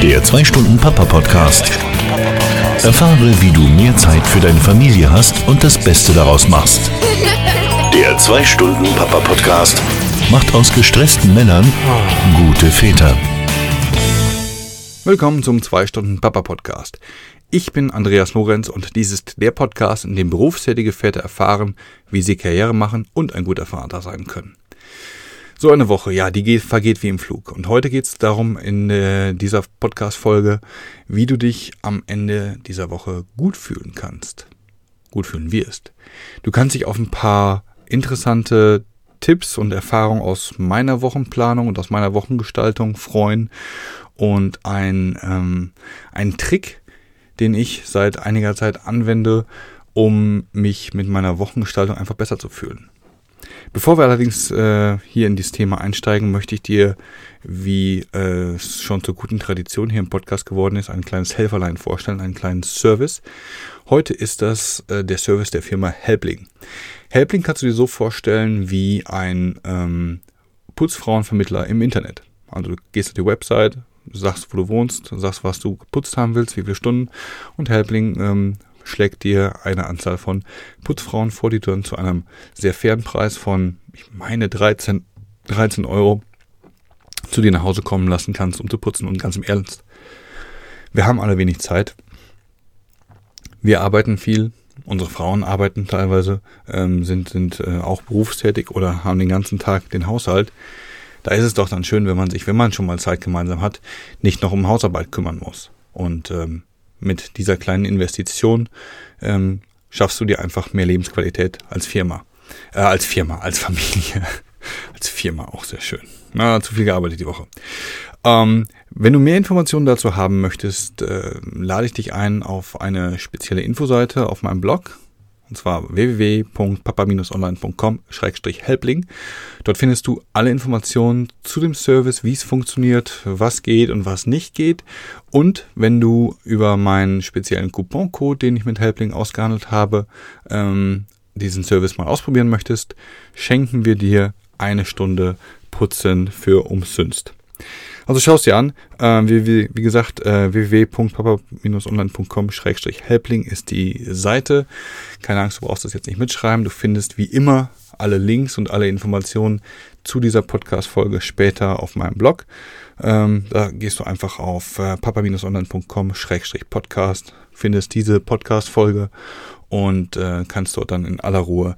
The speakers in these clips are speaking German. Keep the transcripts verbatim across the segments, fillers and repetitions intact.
Der zwei Stunden Papa Podcast. Erfahre, wie du mehr Zeit für deine Familie hast und das Beste daraus machst. Der zwei Stunden Papa Podcast macht aus gestressten Männern gute Väter. Willkommen zum zwei Stunden Papa Podcast. Ich bin Andreas Lorenz und dies ist der Podcast, in dem berufstätige Väter erfahren, wie sie Karriere machen und ein guter Vater sein können. So eine Woche, ja, die geht, vergeht wie im Flug. Und heute geht es darum in äh, dieser Podcast-Folge, wie du dich am Ende dieser Woche gut fühlen kannst. Gut fühlen wirst. Du kannst dich auf ein paar interessante Tipps und Erfahrungen aus meiner Wochenplanung und aus meiner Wochengestaltung freuen. Und ein, ähm, ein Trick, den ich seit einiger Zeit anwende, um mich mit meiner Wochengestaltung einfach besser zu fühlen. Bevor wir allerdings äh, hier in dieses Thema einsteigen, möchte ich dir, wie äh, es schon zur guten Tradition hier im Podcast geworden ist, ein kleines Helferlein vorstellen, einen kleinen Service. Heute ist das äh, der Service der Firma Helpling. Helpling kannst du dir so vorstellen wie ein ähm, Putzfrauenvermittler im Internet. Also du gehst auf die Website, sagst, wo du wohnst, sagst, was du geputzt haben willst, wie viele Stunden, und Helpling ähm, schlägt dir eine Anzahl von Putzfrauen vor, die du dann zu einem sehr fairen Preis von, ich meine, dreizehn Euro zu dir nach Hause kommen lassen kannst, um zu putzen. Und ganz im Ernst, wir haben alle wenig Zeit. Wir arbeiten viel, unsere Frauen arbeiten teilweise, ähm, sind, sind äh, auch berufstätig oder haben den ganzen Tag den Haushalt. Da ist es doch dann schön, wenn man sich, wenn man schon mal Zeit gemeinsam hat, nicht noch um Hausarbeit kümmern muss. Und ähm, mit dieser kleinen Investition ähm, schaffst du dir einfach mehr Lebensqualität als Firma. Äh, als Firma, als Familie. Als Firma auch sehr schön. Na, zu viel gearbeitet die Woche. Ähm, wenn du mehr Informationen dazu haben möchtest, äh, lade ich dich ein auf eine spezielle Infoseite auf meinem Blog. Und zwar w w w punkt papa Bindestrich online punkt com Schrägstrich Helpling. Dort findest du alle Informationen zu dem Service, wie es funktioniert, was geht und was nicht geht. Und wenn du über meinen speziellen Couponcode, den ich mit Helpling ausgehandelt habe, ähm, diesen Service mal ausprobieren möchtest, schenken wir dir eine Stunde Putzen für umsonst. Also schau es dir an. Äh, wie, wie, wie gesagt, äh, w w w punkt papa Bindestrich online punkt com Schrägstrich Helpling ist die Seite. Keine Angst, du brauchst das jetzt nicht mitschreiben. Du findest wie immer alle Links und alle Informationen zu dieser Podcast-Folge später auf meinem Blog. Ähm, da gehst du einfach auf äh, papa Bindestrich online punkt com Schrägstrich Podcast, findest diese Podcast-Folge und äh, kannst dort dann in aller Ruhe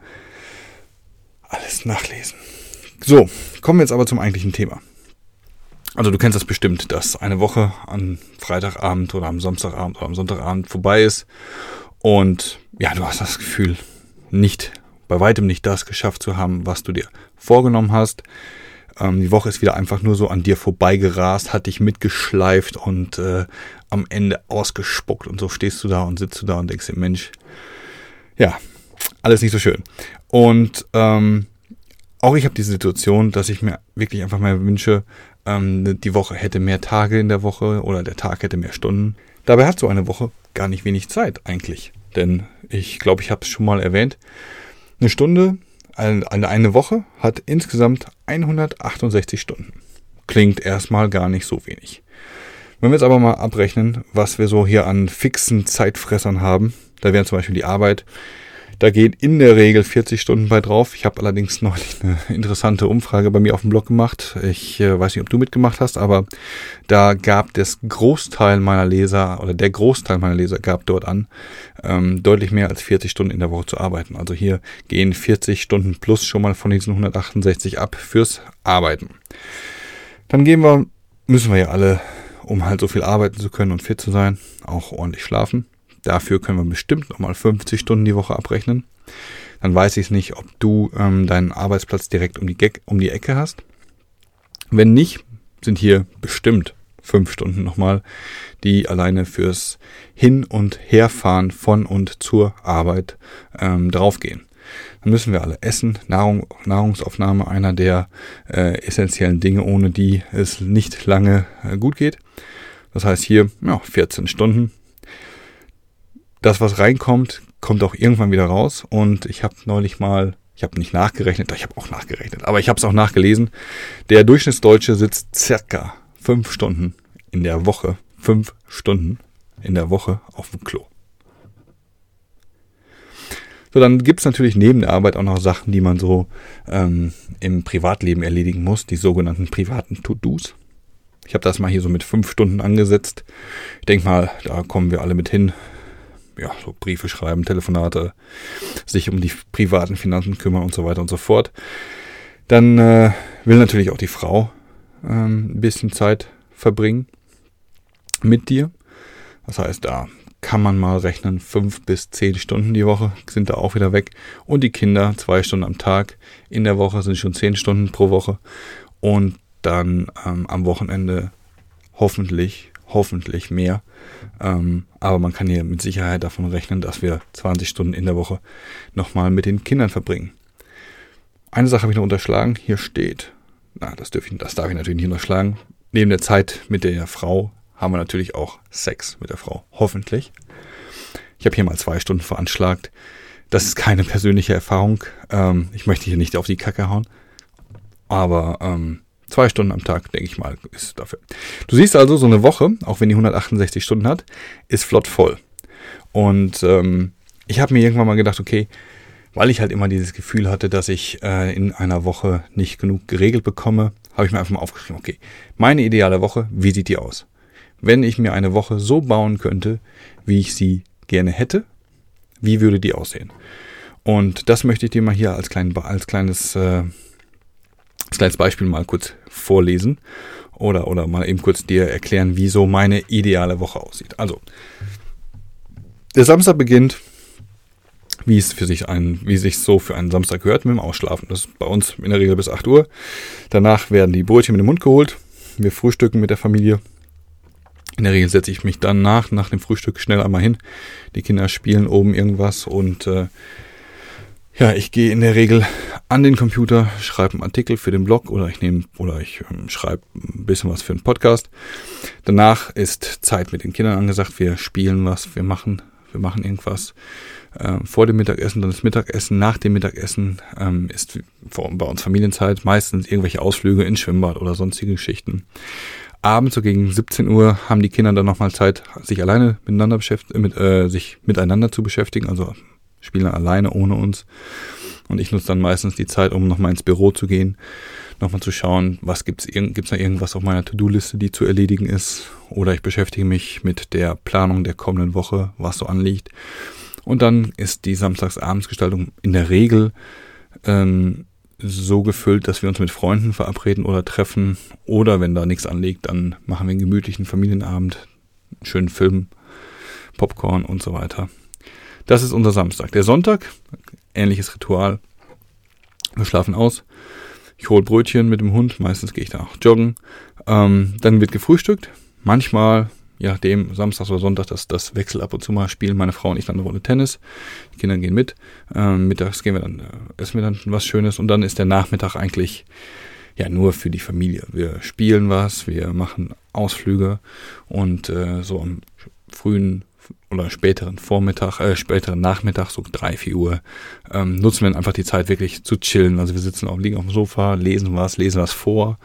alles nachlesen. So, kommen wir jetzt aber zum eigentlichen Thema. Also du kennst das bestimmt, dass eine Woche am Freitagabend oder am Samstagabend oder am Sonntagabend vorbei ist und ja, du hast das Gefühl, nicht, bei weitem nicht das geschafft zu haben, was du dir vorgenommen hast. Ähm, die Woche ist wieder einfach nur so an dir vorbeigerast, hat dich mitgeschleift und äh, am Ende ausgespuckt und so stehst du da und sitzt du da und denkst dir, Mensch, ja, alles nicht so schön. Und ähm, auch ich habe diese Situation, dass ich mir wirklich einfach mal wünsche, die Woche hätte mehr Tage in der Woche oder der Tag hätte mehr Stunden. Dabei hat so eine Woche gar nicht wenig Zeit eigentlich. Denn ich glaube, ich habe es schon mal erwähnt, eine Stunde, eine, eine Woche hat insgesamt hundertachtundsechzig Stunden. Klingt erstmal gar nicht so wenig. Wenn wir jetzt aber mal abrechnen, was wir so hier an fixen Zeitfressern haben, da wären zum Beispiel die Arbeit. Da gehen in der Regel vierzig Stunden bei drauf. Ich habe allerdings neulich eine interessante Umfrage bei mir auf dem Blog gemacht. Ich äh, weiß nicht, ob du mitgemacht hast, aber da gab das Großteil meiner Leser oder der Großteil meiner Leser gab dort an, ähm, deutlich mehr als vierzig Stunden in der Woche zu arbeiten. Also hier gehen vierzig Stunden plus schon mal von diesen hundertachtundsechzig ab fürs Arbeiten. Dann gehen wir, müssen wir ja alle, um halt so viel arbeiten zu können und fit zu sein, auch ordentlich schlafen. Dafür können wir bestimmt nochmal fünfzig Stunden die Woche abrechnen. Dann weiß ich nicht, ob du ähm, deinen Arbeitsplatz direkt um die, Ge- um die Ecke hast. Wenn nicht, sind hier bestimmt fünf Stunden nochmal, die alleine fürs Hin- und Herfahren von und zur Arbeit ähm, draufgehen. Dann müssen wir alle essen. Nahrung, Nahrungsaufnahme, einer der äh, essentiellen Dinge, ohne die es nicht lange äh, gut geht. Das heißt hier ja, vierzehn Stunden. Das, was reinkommt, kommt auch irgendwann wieder raus. Und ich habe neulich mal, ich habe nicht nachgerechnet, ich habe auch nachgerechnet, aber ich habe es auch nachgelesen. Der Durchschnittsdeutsche sitzt circa fünf Stunden in der Woche Fünf Stunden in der Woche auf dem Klo. So, dann gibt es natürlich neben der Arbeit auch noch Sachen, die man so ähm, im Privatleben erledigen muss, die sogenannten privaten To-Dos. Ich habe das mal hier so mit fünf Stunden angesetzt. Ich denke mal, da kommen wir alle mit hin. Ja, so Briefe schreiben, Telefonate, sich um die privaten Finanzen kümmern und so weiter und so fort. Dann äh, will natürlich auch die Frau ähm, ein bisschen Zeit verbringen mit dir. Das heißt, da kann man mal rechnen, fünf bis zehn Stunden die Woche sind da auch wieder weg. Und die Kinder zwei Stunden am Tag in der Woche sind schon zehn Stunden pro Woche. Und dann ähm, am Wochenende hoffentlich, hoffentlich mehr. Ähm, aber man kann hier mit Sicherheit davon rechnen, dass wir zwanzig Stunden in der Woche nochmal mit den Kindern verbringen. Eine Sache habe ich noch unterschlagen. Hier steht, na, das, darf ich, das darf ich natürlich nicht unterschlagen. Neben der Zeit mit der Frau haben wir natürlich auch Sex mit der Frau. Hoffentlich. Ich habe hier mal zwei Stunden veranschlagt. Das ist keine persönliche Erfahrung. Ähm, ich möchte hier nicht auf die Kacke hauen. Aber ähm, zwei Stunden am Tag, denke ich mal, ist dafür. Du siehst also, so eine Woche, auch wenn die hundertachtundsechzig Stunden hat, ist flott voll. Und ähm, ich habe mir irgendwann mal gedacht, okay, weil ich halt immer dieses Gefühl hatte, dass ich äh, in einer Woche nicht genug geregelt bekomme, habe ich mir einfach mal aufgeschrieben, okay, meine ideale Woche, wie sieht die aus? Wenn ich mir eine Woche so bauen könnte, wie ich sie gerne hätte, wie würde die aussehen? Und das möchte ich dir mal hier als, klein, als, kleines, äh, als kleines Beispiel mal kurz vorlesen oder, oder mal eben kurz dir erklären, wie so meine ideale Woche aussieht. Also, der Samstag beginnt, wie es für sich ein, wie sich so für einen Samstag gehört, mit dem Ausschlafen. Das ist bei uns in der Regel bis acht Uhr. Danach werden die Brötchen mit dem Mund geholt. Wir frühstücken mit der Familie. In der Regel setze ich mich dann nach, nach dem Frühstück schnell einmal hin. Die Kinder spielen oben irgendwas und äh, ja, ich gehe in der Regel an den Computer, schreibe einen Artikel für den Blog oder ich nehme oder ich ähm, schreibe ein bisschen was für einen Podcast. Danach ist Zeit mit den Kindern angesagt. Wir spielen was, wir machen, wir machen irgendwas. Äh, vor dem Mittagessen, dann das Mittagessen. Nach dem Mittagessen ähm, ist bei uns Familienzeit, meistens irgendwelche Ausflüge ins Schwimmbad oder sonstige Geschichten. Abends so gegen siebzehn Uhr haben die Kinder dann nochmal Zeit, sich alleine miteinander beschäftigen, mit, äh, sich miteinander zu beschäftigen, also spielen alleine ohne uns. Und ich nutze dann meistens die Zeit, um nochmal ins Büro zu gehen, nochmal zu schauen, was gibt's, gibt's da irgendwas auf meiner To-Do-Liste, die zu erledigen ist. Oder ich beschäftige mich mit der Planung der kommenden Woche, was so anliegt. Und dann ist die Samstagsabendsgestaltung in der Regel ähm, so gefüllt, dass wir uns mit Freunden verabreden oder treffen. Oder wenn da nichts anliegt, dann machen wir einen gemütlichen Familienabend, einen schönen Film, Popcorn und so weiter. Das ist unser Samstag. Der Sonntag, ähnliches Ritual. Wir schlafen aus. Ich hole Brötchen mit dem Hund. Meistens gehe ich da auch joggen. Ähm, dann wird gefrühstückt. Manchmal, je nachdem, Samstag oder Sonntag, das, das wechselt ab und zu mal, spielen meine Frau und ich dann eine Runde Tennis. Die Kinder gehen mit. Ähm, mittags gehen wir dann, äh, essen wir dann was Schönes. Und dann ist der Nachmittag eigentlich ja nur für die Familie. Wir spielen was, wir machen Ausflüge. Und äh, so am frühen oder späteren Vormittag, äh, späteren Nachmittag, so drei, vier Uhr, ähm, nutzen wir dann einfach die Zeit wirklich zu chillen. Also wir sitzen auch, liegen auf dem Sofa, lesen was, lesen was vor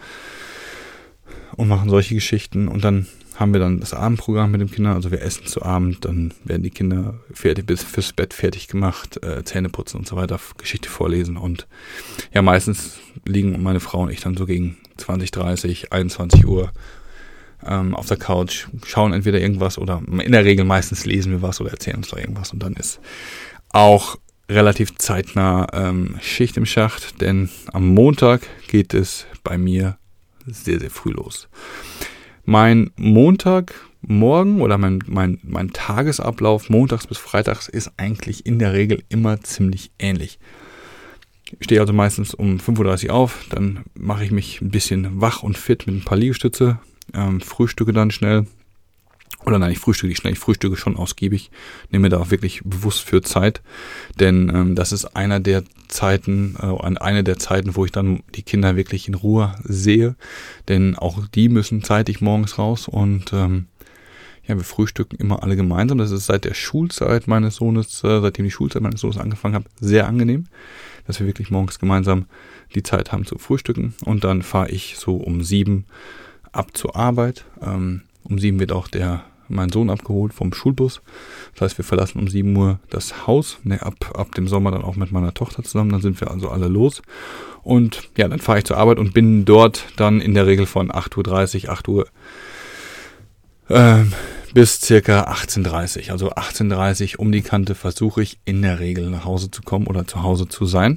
und machen solche Geschichten. Und dann haben wir dann das Abendprogramm mit den Kindern, also wir essen zu Abend, dann werden die Kinder fertig, bis fürs Bett fertig gemacht, äh, Zähne putzen und so weiter, Geschichte vorlesen. Und ja, meistens liegen meine Frau und ich dann so gegen zwanzig, dreißig, einundzwanzig Uhr ähm, auf der Couch, schauen entweder irgendwas oder in der Regel meistens lesen wir was oder erzählen uns da irgendwas. Und dann ist auch relativ zeitnah ähm, Schicht im Schacht, denn am Montag geht es bei mir sehr, sehr früh los. Mein Montagmorgen oder mein, mein, mein Tagesablauf montags bis freitags ist eigentlich in der Regel immer ziemlich ähnlich. Ich stehe also meistens um fünf Uhr dreißig auf, dann mache ich mich ein bisschen wach und fit mit ein paar Liegestütze, ähm, frühstücke dann schnell. Oder nein, ich frühstücke nicht schnell, ich frühstücke schon ausgiebig, nehme da auch wirklich bewusst für Zeit, denn ähm, das ist einer der Zeiten, äh, eine der Zeiten, wo ich dann die Kinder wirklich in Ruhe sehe, denn auch die müssen zeitig morgens raus und ähm, ja, wir frühstücken immer alle gemeinsam. Das ist seit der Schulzeit meines Sohnes, äh, seitdem die Schulzeit meines Sohnes angefangen hat, sehr angenehm, dass wir wirklich morgens gemeinsam die Zeit haben zu frühstücken und dann fahre ich so um sieben ab zur Arbeit. Ähm, Um sieben wird auch der mein Sohn abgeholt vom Schulbus. Das heißt, wir verlassen um sieben Uhr das Haus, ne, ab, ab dem Sommer dann auch mit meiner Tochter zusammen. Dann sind wir also alle los. Und ja, dann fahre ich zur Arbeit und bin dort dann in der Regel von acht Uhr dreißig, acht Uhr äh, bis circa achtzehn Uhr dreißig. Also achtzehn Uhr dreißig um die Kante versuche ich in der Regel nach Hause zu kommen oder zu Hause zu sein,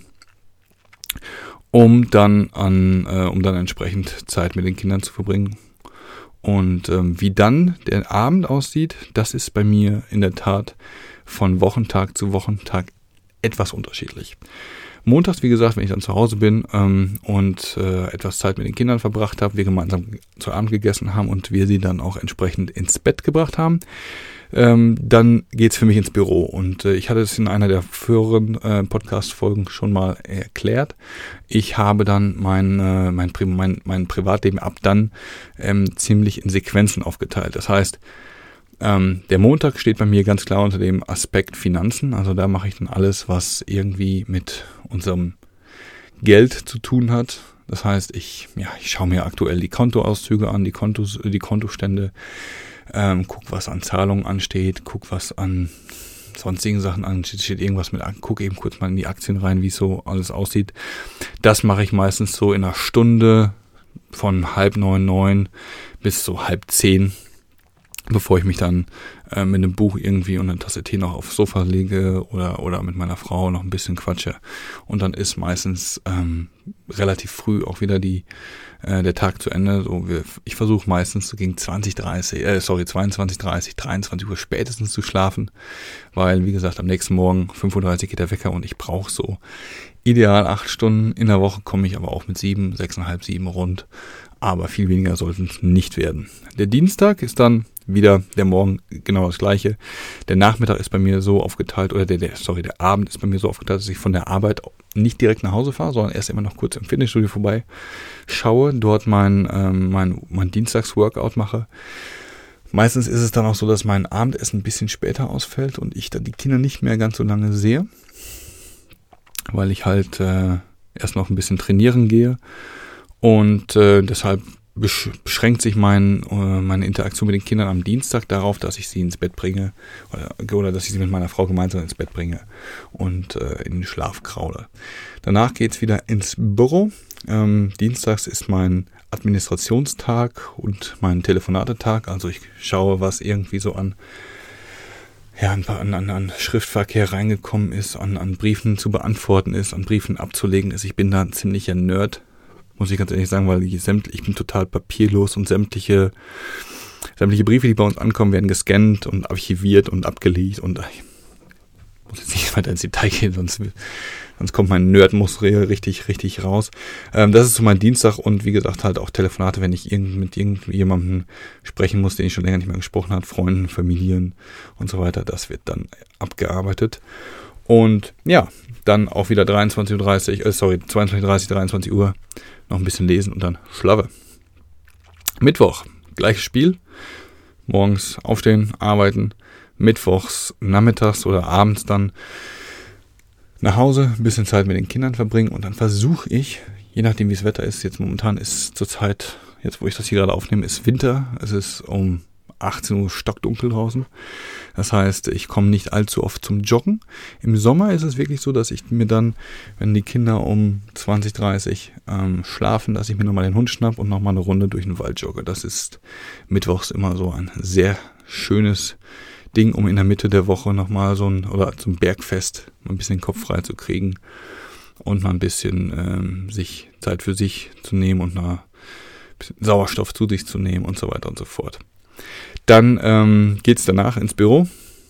um dann an, äh, um dann entsprechend Zeit mit den Kindern zu verbringen. Und ähm, wie dann der Abend aussieht, das ist bei mir in der Tat von Wochentag zu Wochentag etwas unterschiedlich. Montags, wie gesagt, wenn ich dann zu Hause bin ähm, und äh, etwas Zeit mit den Kindern verbracht habe, wir gemeinsam zu Abend gegessen haben und wir sie dann auch entsprechend ins Bett gebracht haben, ähm, dann geht's für mich ins Büro. Und äh, ich hatte es in einer der früheren äh, Podcast-Folgen schon mal erklärt. Ich habe dann mein, äh, mein, mein, mein Privatleben ab dann ähm, ziemlich in Sequenzen aufgeteilt. Das heißt, Ähm, der Montag steht bei mir ganz klar unter dem Aspekt Finanzen. Also da mache ich dann alles, was irgendwie mit unserem Geld zu tun hat. Das heißt, ich, ja, ich schaue mir aktuell die Kontoauszüge an, die Kontos, die Kontostände, ähm, guck, was an Zahlungen ansteht, guck, was an sonstigen Sachen ansteht, steht irgendwas mit, guck eben kurz mal in die Aktien rein, wie so alles aussieht. Das mache ich meistens so in einer Stunde von halb neun, neun bis so halb zehn, bevor ich mich dann äh, mit einem Buch irgendwie und einer Tasse Tee noch aufs Sofa lege oder oder mit meiner Frau noch ein bisschen quatsche. Und dann ist meistens ähm, relativ früh auch wieder die äh, der Tag zu Ende. So, wir, ich versuche meistens so gegen zwanzig, dreißig, äh, sorry, zweiundzwanzig, dreißig, dreiundzwanzig Uhr spätestens zu schlafen, weil, wie gesagt, am nächsten Morgen fünf Uhr dreißig geht der Wecker und ich brauche so ideal acht Stunden. In der Woche komme ich aber auch mit sieben, sechseinhalb, sieben rund. Aber viel weniger sollten es nicht werden. Der Dienstag ist dann wieder der Morgen genau das Gleiche. Der Nachmittag ist bei mir so aufgeteilt, oder der, der, sorry, der Abend ist bei mir so aufgeteilt, dass ich von der Arbeit nicht direkt nach Hause fahre, sondern erst immer noch kurz im Fitnessstudio vorbei schaue, dort mein, ähm, mein, mein Dienstags-Workout mache. Meistens ist es dann auch so, dass mein Abendessen ein bisschen später ausfällt und ich dann die Kinder nicht mehr ganz so lange sehe, weil ich halt äh, erst noch ein bisschen trainieren gehe. Und äh, deshalb besch- beschränkt sich mein, äh, meine Interaktion mit den Kindern am Dienstag darauf, dass ich sie ins Bett bringe oder, oder dass ich sie mit meiner Frau gemeinsam ins Bett bringe und äh, in den Schlaf kraule. Danach geht's wieder ins Büro. Ähm, Dienstags ist mein Administrationstag und mein Telefonatetag. Also ich schaue, was irgendwie so an ja, an, an, an Schriftverkehr reingekommen ist, an, an Briefen zu beantworten ist, an Briefen abzulegen ist. Ich bin da ein ziemlicher Nerd, muss ich ganz ehrlich sagen, weil ich, sämt, ich bin total papierlos und sämtliche, sämtliche Briefe, die bei uns ankommen, werden gescannt und archiviert und abgelegt und ich muss jetzt nicht weiter ins Detail gehen, sonst, sonst kommt mein Nerdmuster richtig, richtig raus. Ähm, das ist so mein Dienstag und wie gesagt halt auch Telefonate, wenn ich irgend, mit irgendjemandem sprechen muss, den ich schon länger nicht mehr gesprochen habe, Freunden, Familien und so weiter, das wird dann abgearbeitet. Und ja, dann auch wieder dreiundzwanzig Uhr dreißig, äh, sorry, zweiundzwanzig Uhr dreißig, dreiundzwanzig Uhr noch ein bisschen lesen und dann schlafe. Mittwoch, gleiches Spiel. Morgens aufstehen, arbeiten. Mittwochs, nachmittags oder abends dann nach Hause, ein bisschen Zeit mit den Kindern verbringen und dann versuche ich, je nachdem wie das Wetter ist, jetzt momentan ist zur Zeit, jetzt wo ich das hier gerade aufnehme, ist Winter. Es ist um achtzehn Uhr stockdunkel draußen. Das heißt, ich komme nicht allzu oft zum Joggen. Im Sommer ist es wirklich so, dass ich mir dann, wenn die Kinder um zwanzig, dreißig ähm, schlafen, dass ich mir nochmal den Hund schnapp und nochmal eine Runde durch den Wald jogge. Das ist mittwochs immer so ein sehr schönes Ding, um in der Mitte der Woche nochmal so ein, oder zum Bergfest mal ein bisschen den Kopf frei zu kriegen und mal ein bisschen ähm, sich Zeit für sich zu nehmen und ein bisschen Sauerstoff zu sich zu nehmen und so weiter und so fort. Dann ähm, geht's danach ins Büro.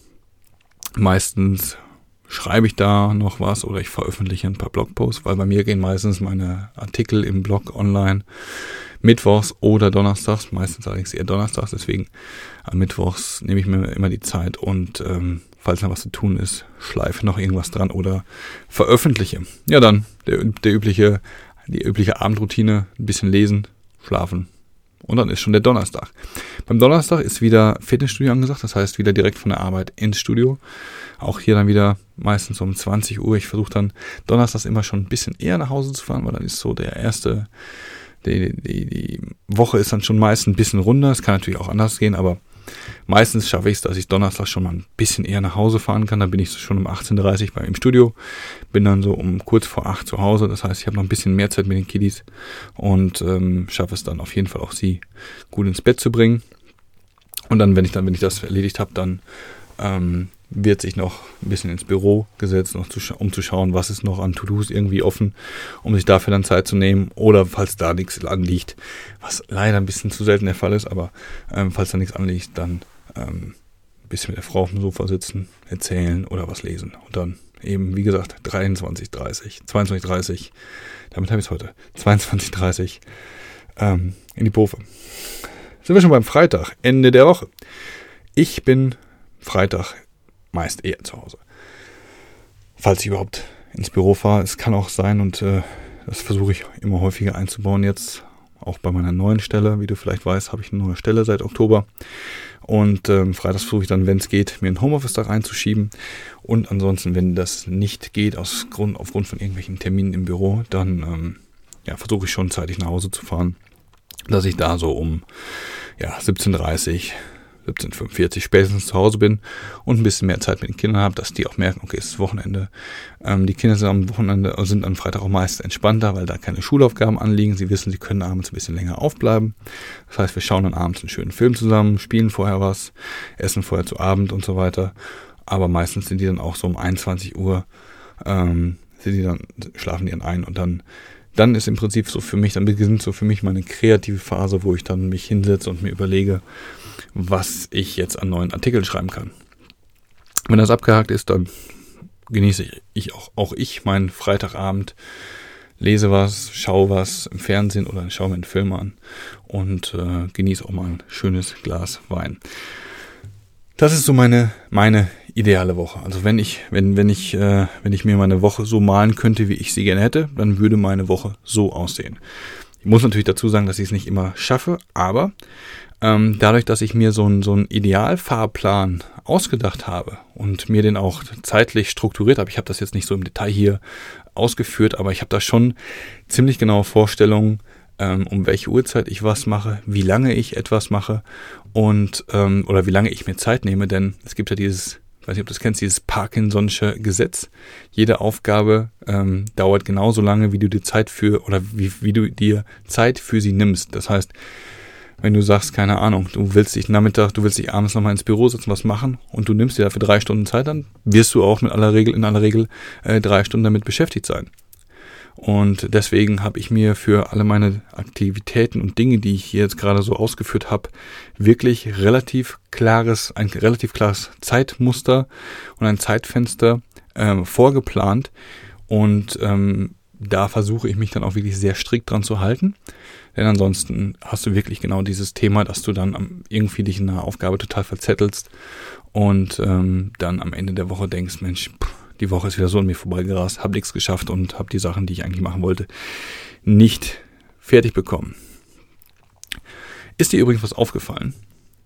Meistens schreibe ich da noch was oder ich veröffentliche ein paar Blogposts, weil bei mir gehen meistens meine Artikel im Blog online mittwochs oder donnerstags, meistens allerdings eher donnerstags, deswegen am Mittwochs nehme ich mir immer die Zeit und ähm, falls noch was zu tun ist, schleife noch irgendwas dran oder veröffentliche. Ja, dann der, der übliche, die übliche Abendroutine, ein bisschen lesen, schlafen. Und dann ist schon der Donnerstag. Beim Donnerstag ist wieder Fitnessstudio angesagt, das heißt wieder direkt von der Arbeit ins Studio. Auch hier dann wieder meistens um zwanzig Uhr. Ich versuche dann donnerstags immer schon ein bisschen eher nach Hause zu fahren, weil dann ist so der erste, die, die, die Woche ist dann schon meist ein bisschen runder. Es kann natürlich auch anders gehen, aber meistens schaffe ich es, dass ich Donnerstag schon mal ein bisschen eher nach Hause fahren kann. Dann bin ich schon um achtzehn Uhr dreißig bei im Studio, bin dann so um kurz vor acht zu Hause. Das heißt, ich habe noch ein bisschen mehr Zeit mit den Kiddies und ähm, schaffe es dann auf jeden Fall auch, sie gut ins Bett zu bringen. Und dann, wenn ich dann, wenn ich das erledigt habe, dann ähm, wird sich noch ein bisschen ins Büro gesetzt, noch zu, um zu schauen, was ist noch an To-Dos irgendwie offen, um sich dafür dann Zeit zu nehmen. Oder falls da nichts anliegt, was leider ein bisschen zu selten der Fall ist, aber ähm, falls da nichts anliegt, dann ähm, ein bisschen mit der Frau auf dem Sofa sitzen, erzählen oder was lesen. Und dann eben, wie gesagt, dreiundzwanzig Uhr dreißig, zweiundzwanzig Uhr dreißig, damit habe ich es heute, zweiundzwanzig Uhr dreißig ähm, in die Pofe. Sind wir schon beim Freitag, Ende der Woche. Ich bin Freitag meist eher zu Hause. Falls ich überhaupt ins Büro fahre, es kann auch sein und äh, das versuche ich immer häufiger einzubauen jetzt, auch bei meiner neuen Stelle. Wie du vielleicht weißt, habe ich eine neue Stelle seit Oktober und ähm, freitags versuche ich dann, wenn es geht, mir einen Homeoffice-Tag reinzuschieben und ansonsten, wenn das nicht geht, aus Grund, aufgrund von irgendwelchen Terminen im Büro, dann ähm, ja, versuche ich schon zeitig nach Hause zu fahren, dass ich da so um ja, siebzehn Uhr dreißig, siebzehn Uhr fünfundvierzig spätestens zu Hause bin und ein bisschen mehr Zeit mit den Kindern habe, dass die auch merken, okay, es ist Wochenende. Ähm, die Kinder sind am Wochenende, sind am Freitag auch meist entspannter, weil da keine Schulaufgaben anliegen. Sie wissen, sie können abends ein bisschen länger aufbleiben. Das heißt, wir schauen dann abends einen schönen Film zusammen, spielen vorher was, essen vorher zu Abend und so weiter. Aber meistens sind die dann auch so um einundzwanzig Uhr, ähm, sind die dann, schlafen die dann ein und dann Dann ist im Prinzip so für mich, dann beginnt so für mich meine kreative Phase, wo ich dann mich hinsetze und mir überlege, was ich jetzt an neuen Artikeln schreiben kann. Wenn das abgehakt ist, dann genieße ich auch, auch ich meinen Freitagabend, lese was, schaue was im Fernsehen oder schaue mir einen Film an und äh, genieße auch mal ein schönes Glas Wein. Das ist so meine meine ideale Woche. Also wenn ich wenn wenn ich äh, wenn ich mir meine Woche so malen könnte, wie ich sie gerne hätte, dann würde meine Woche so aussehen. Ich muss natürlich dazu sagen, dass ich es nicht immer schaffe, aber ähm, dadurch, dass ich mir so einen so einen Idealfahrplan ausgedacht habe und mir den auch zeitlich strukturiert habe, ich habe das jetzt nicht so im Detail hier ausgeführt, aber ich habe da schon ziemlich genaue Vorstellungen, ähm, um welche Uhrzeit ich was mache, wie lange ich etwas mache und ähm, oder wie lange ich mir Zeit nehme, denn es gibt ja dieses, ich weiß nicht, ob du das kennst, dieses Parkinson'sche Gesetz. Jede Aufgabe ähm, dauert genauso lange, wie du dir Zeit für oder wie, wie du dir Zeit für sie nimmst. Das heißt, wenn du sagst, keine Ahnung, du willst dich Nachmittag, du willst dich abends nochmal ins Büro setzen, was machen und du nimmst dir dafür drei Stunden Zeit, dann wirst du auch mit aller Regel, in aller Regel äh, drei Stunden damit beschäftigt sein. Und deswegen habe ich mir für alle meine Aktivitäten und Dinge, die ich hier jetzt gerade so ausgeführt habe, wirklich relativ klares, ein relativ klares Zeitmuster und ein Zeitfenster ähm, vorgeplant. Und ähm, da versuche ich mich dann auch wirklich sehr strikt dran zu halten. Denn ansonsten hast du wirklich genau dieses Thema, dass du dann am, irgendwie dich in einer Aufgabe total verzettelst und ähm, dann am Ende der Woche denkst, Mensch, pff, die Woche ist wieder so an mir vorbeigerast, habe nichts geschafft und habe die Sachen, die ich eigentlich machen wollte, nicht fertig bekommen. Ist dir übrigens was aufgefallen?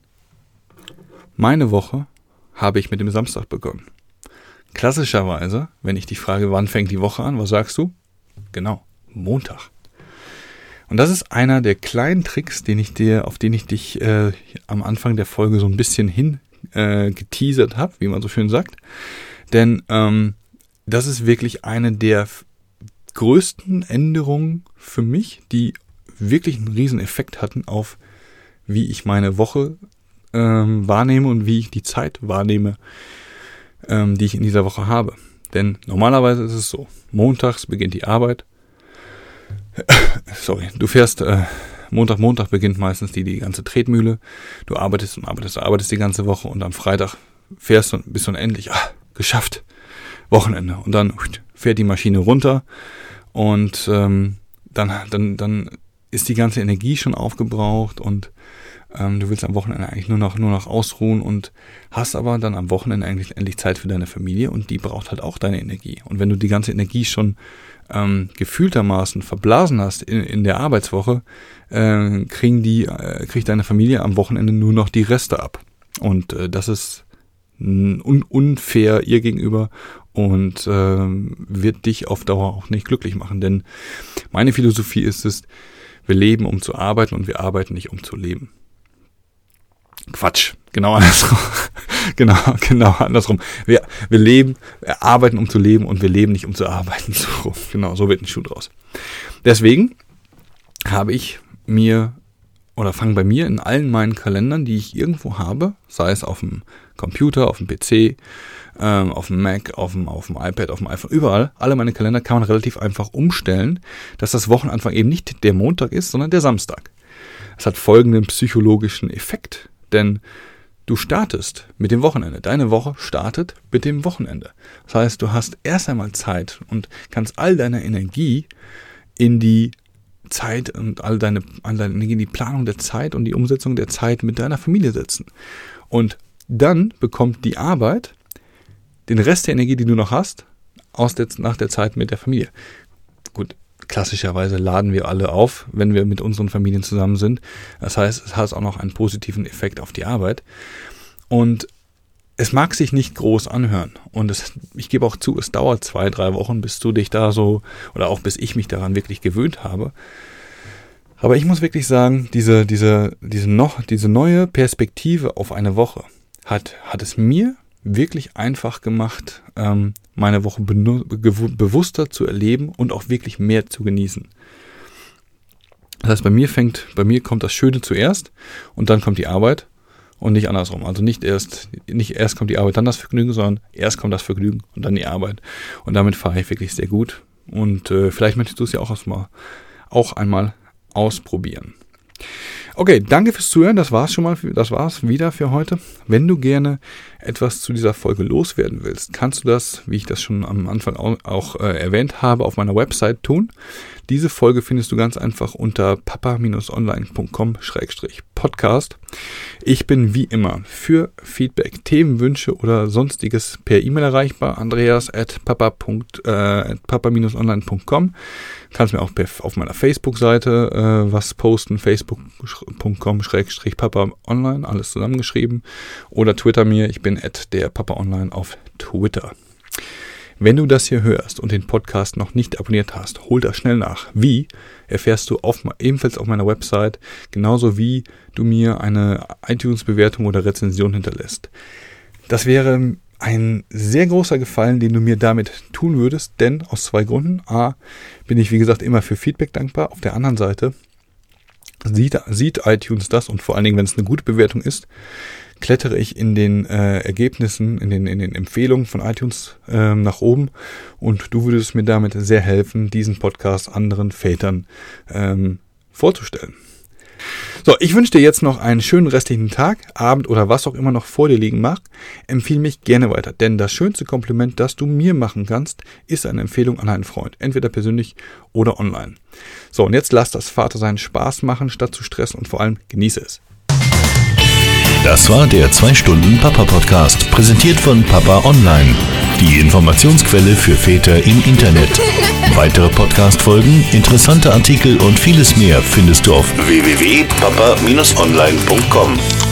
Meine Woche habe ich mit dem Samstag begonnen. Klassischerweise, wenn ich dich frage, wann fängt die Woche an, was sagst du? Genau, Montag. Und das ist einer der kleinen Tricks, den ich dir, auf den ich dich äh, am Anfang der Folge so ein bisschen hin äh, geteasert habe, wie man so schön sagt. Denn ähm, das ist wirklich eine der f- größten Änderungen für mich, die wirklich einen riesen Effekt hatten auf, wie ich meine Woche ähm, wahrnehme und wie ich die Zeit wahrnehme, ähm, die ich in dieser Woche habe. Denn normalerweise ist es so, montags beginnt die Arbeit. Sorry, du fährst, äh, Montag, Montag beginnt meistens die, die ganze Tretmühle. Du arbeitest und arbeitest und arbeitest die ganze Woche und am Freitag fährst du bis du endlich, ah, geschafft, Wochenende. Und dann fährt die Maschine runter und ähm, dann, dann, dann ist die ganze Energie schon aufgebraucht und ähm, du willst am Wochenende eigentlich nur noch, nur noch ausruhen und hast aber dann am Wochenende eigentlich endlich Zeit für deine Familie und die braucht halt auch deine Energie. Und wenn du die ganze Energie schon ähm, gefühltermaßen verblasen hast in, in der Arbeitswoche, äh, kriegen die, äh, kriegt deine Familie am Wochenende nur noch die Reste ab. Und äh, das ist un- unfair ihr gegenüber und äh, wird dich auf Dauer auch nicht glücklich machen. Denn meine Philosophie ist es, wir leben, um zu arbeiten und wir arbeiten nicht, um zu leben. Quatsch, genau andersrum. genau, genau andersrum. Wir, wir leben, wir arbeiten, um zu leben und wir leben nicht, um zu arbeiten. So, genau, so wird ein Schuh draus. Deswegen habe ich mir oder fange bei mir in allen meinen Kalendern, die ich irgendwo habe, sei es auf dem Computer, auf dem P C, ähm, auf dem Mac, auf dem, auf dem iPad, auf dem iPhone, überall, alle meine Kalender kann man relativ einfach umstellen, dass das Wochenanfang eben nicht der Montag ist, sondern der Samstag. Das hat folgenden psychologischen Effekt, denn du startest mit dem Wochenende. Deine Woche startet mit dem Wochenende. Das heißt, du hast erst einmal Zeit und kannst all deine Energie in die Zeit und all deine, all deine Energie in die Planung der Zeit und die Umsetzung der Zeit mit deiner Familie setzen. Und dann bekommt die Arbeit den Rest der Energie, die du noch hast, aus der, nach der Zeit mit der Familie. Gut, klassischerweise laden wir alle auf, wenn wir mit unseren Familien zusammen sind. Das heißt, es hat auch noch einen positiven Effekt auf die Arbeit. Und es mag sich nicht groß anhören. Und es, ich gebe auch zu, es dauert zwei, drei Wochen, bis du dich da so, oder auch bis ich mich daran wirklich gewöhnt habe. Aber ich muss wirklich sagen, diese, diese, diese, noch, diese neue Perspektive auf eine Woche hat, hat es mir wirklich einfach gemacht, ähm, meine Woche benu- gew- bewusster zu erleben und auch wirklich mehr zu genießen. Das heißt, bei mir fängt, bei mir kommt das Schöne zuerst und dann kommt die Arbeit. Und nicht andersrum. Also nicht erst, nicht erst kommt die Arbeit, dann das Vergnügen, sondern erst kommt das Vergnügen und dann die Arbeit. Und damit fahre ich wirklich sehr gut. Und äh, vielleicht möchtest du es ja auch erstmal, auch einmal ausprobieren. Okay, danke fürs Zuhören. Das war's schon mal. Für, das war's wieder für heute. Wenn du gerne etwas zu dieser Folge loswerden willst, kannst du das, wie ich das schon am Anfang auch, auch äh, erwähnt habe, auf meiner Website tun. Diese Folge findest du ganz einfach unter papa Bindestrich online Punkt com Schrägstrich Podcast. Ich bin wie immer für Feedback, Themenwünsche oder sonstiges per E-Mail erreichbar. Andreas at papa Bindestrich online Punkt com. Kannst mir auch per, auf meiner Facebook-Seite äh, was posten, facebook Punkt com Schrägstrich Papa online, alles zusammengeschrieben. Oder Twitter mir, ich bin at der Papa Online auf Twitter. Wenn du das hier hörst und den Podcast noch nicht abonniert hast, hol das schnell nach. Wie, erfährst du auf, ebenfalls auf meiner Website, genauso wie du mir eine iTunes-Bewertung oder Rezension hinterlässt. Das wäre ein sehr großer Gefallen, den du mir damit tun würdest, denn aus zwei Gründen. A, bin ich wie gesagt immer für Feedback dankbar. Auf der anderen Seite sieht, sieht iTunes das und vor allen Dingen, wenn es eine gute Bewertung ist, klettere ich in den äh, Ergebnissen, in den, in den Empfehlungen von iTunes äh, nach oben und du würdest mir damit sehr helfen, diesen Podcast anderen Vätern ähm, vorzustellen. So, ich wünsche dir jetzt noch einen schönen restlichen Tag, Abend oder was auch immer noch vor dir liegen mag. Empfehle mich gerne weiter, denn das schönste Kompliment, das du mir machen kannst, ist eine Empfehlung an einen Freund, entweder persönlich oder online. So, und jetzt lass das Vatersein Spaß machen, statt zu stressen und vor allem genieße es. Das war der zwei Stunden Papa Podcast, präsentiert von Papa Online, die Informationsquelle für Väter im Internet. Weitere Podcast-Folgen, interessante Artikel und vieles mehr findest du auf w w w punkt papa Bindestrich online Punkt com.